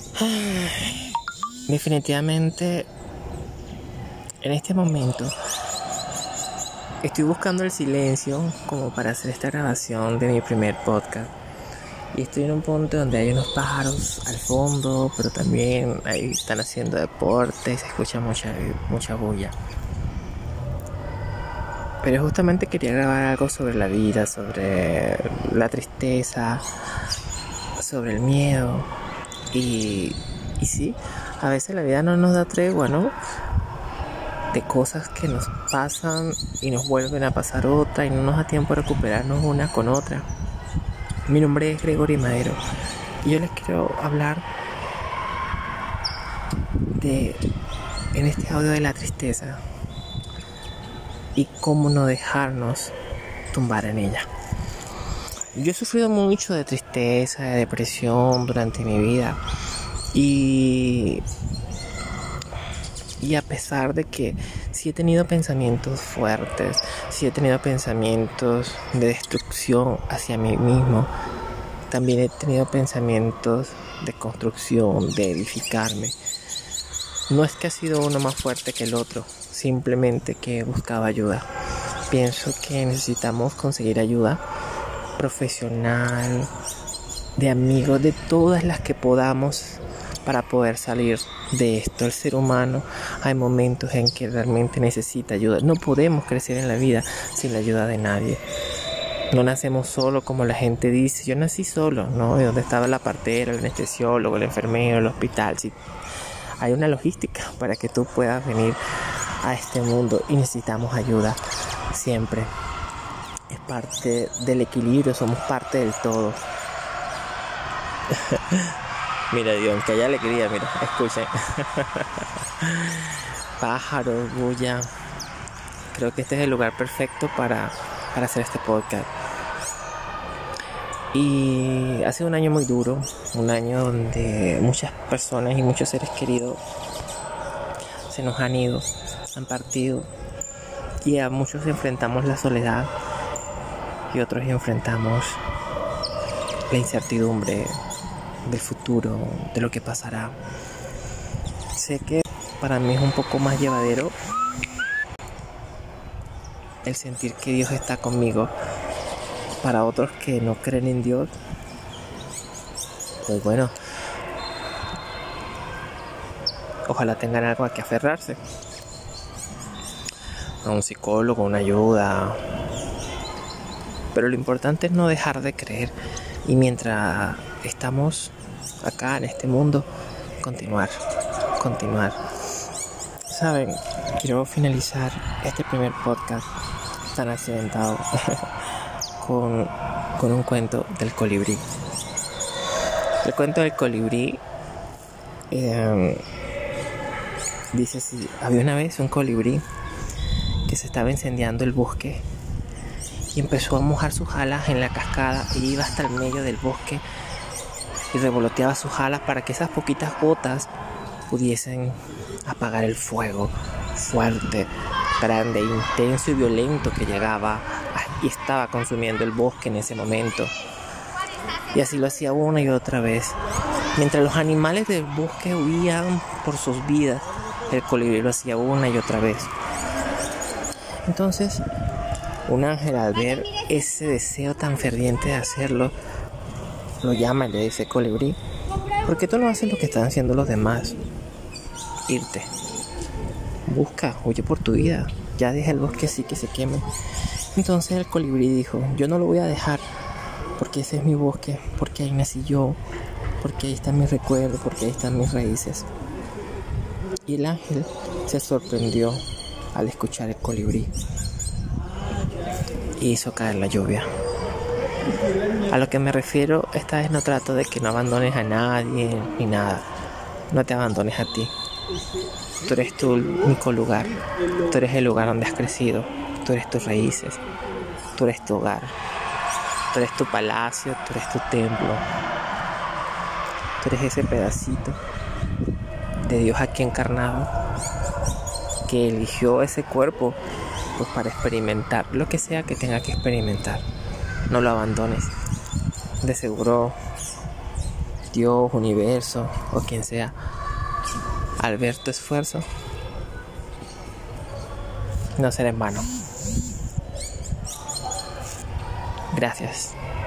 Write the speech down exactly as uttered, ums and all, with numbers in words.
Definitivamente, en este momento estoy buscando el silencio como para hacer esta grabación de mi primer podcast. Y estoy en un punto donde hay unos pájaros al fondo, pero también ahí están haciendo deporte y se escucha mucha, mucha bulla. Pero justamente quería grabar algo sobre la vida, sobre la tristeza, sobre el miedo. Y, y sí, a veces la vida no nos da tregua, ¿no? De cosas que nos pasan y nos vuelven a pasar otra y no nos da tiempo de recuperarnos una con otra. Mi nombre es Gregory Madero y yo les quiero hablar de, en este audio, de la tristeza y cómo no dejarnos tumbar en ella. Yo he sufrido mucho de tristeza, de depresión durante mi vida y, y a pesar de que sí he tenido pensamientos fuertes, sí he tenido pensamientos de destrucción hacia mí mismo, también he tenido pensamientos de construcción, de edificarme. No es que ha sido uno más fuerte que el otro, simplemente que he buscado ayuda. Pienso que necesitamos conseguir ayuda profesional, de amigos, de todas las que podamos para poder salir de esto. El ser humano, hay momentos en que realmente necesita ayuda. No podemos crecer en la vida sin la ayuda de nadie. No nacemos solo como la gente dice. Yo nací solo, ¿no? ¿Y dónde estaba la partera, el anestesiólogo, el enfermero, el hospital? Sí, hay una logística para que tú puedas venir a este mundo y necesitamos ayuda siempre. Es parte del equilibrio, somos parte del todo. Mira, Dios, que haya alegría, mira, escuchen. Pájaros, bulla. Creo que este es el lugar perfecto para, para hacer este podcast. Y ha sido un año muy duro, un año donde muchas personas y muchos seres queridos se nos han ido, han partido. Y a muchos enfrentamos la soledad y otros enfrentamos la incertidumbre del futuro, de lo que pasará. Sé que para mí es un poco más llevadero el sentir que Dios está conmigo. Para otros que no creen en Dios, pues bueno, ojalá tengan algo a que aferrarse, a un psicólogo, una ayuda. Pero lo importante es no dejar de creer y mientras estamos acá en este mundo, continuar, continuar. Saben, quiero finalizar este primer podcast tan accidentado con, con un cuento del colibrí. El cuento del colibrí eh, dice así: había una vez un colibrí que se estaba incendiando el bosque y empezó a mojar sus alas en la cascada y iba hasta el medio del bosque y revoloteaba sus alas para que esas poquitas gotas pudiesen apagar el fuego fuerte, grande, intenso y violento que llegaba y estaba consumiendo el bosque en ese momento. Y así lo hacía una y otra vez. Mientras los animales del bosque huían por sus vidas, el colibrí lo hacía una y otra vez. Entonces, un ángel, al ver ese deseo tan ferviente de hacerlo, lo llama y le dice: colibrí, ¿por qué tú no haces lo que están haciendo los demás? Irte. Busca, huye por tu vida. Ya deja el bosque así que se queme. Entonces el colibrí dijo: yo no lo voy a dejar, porque ese es mi bosque, porque ahí nací yo, porque ahí están mis recuerdos, porque ahí están mis raíces. Y el ángel se sorprendió al escuchar el colibrí y hizo caer la lluvia. A lo que me refiero, esta vez no trato de que no abandones a nadie ni nada. No te abandones a ti. Tú eres tu único lugar. Tú eres el lugar donde has crecido. Tú eres tus raíces. Tú eres tu hogar. Tú eres tu palacio. Tú eres tu templo. Tú eres ese pedacito de Dios aquí encarnado que eligió ese cuerpo pues para experimentar lo que sea que tenga que experimentar. No lo abandones. De seguro Dios, universo o quien sea, al ver tu esfuerzo, no será en vano. Gracias.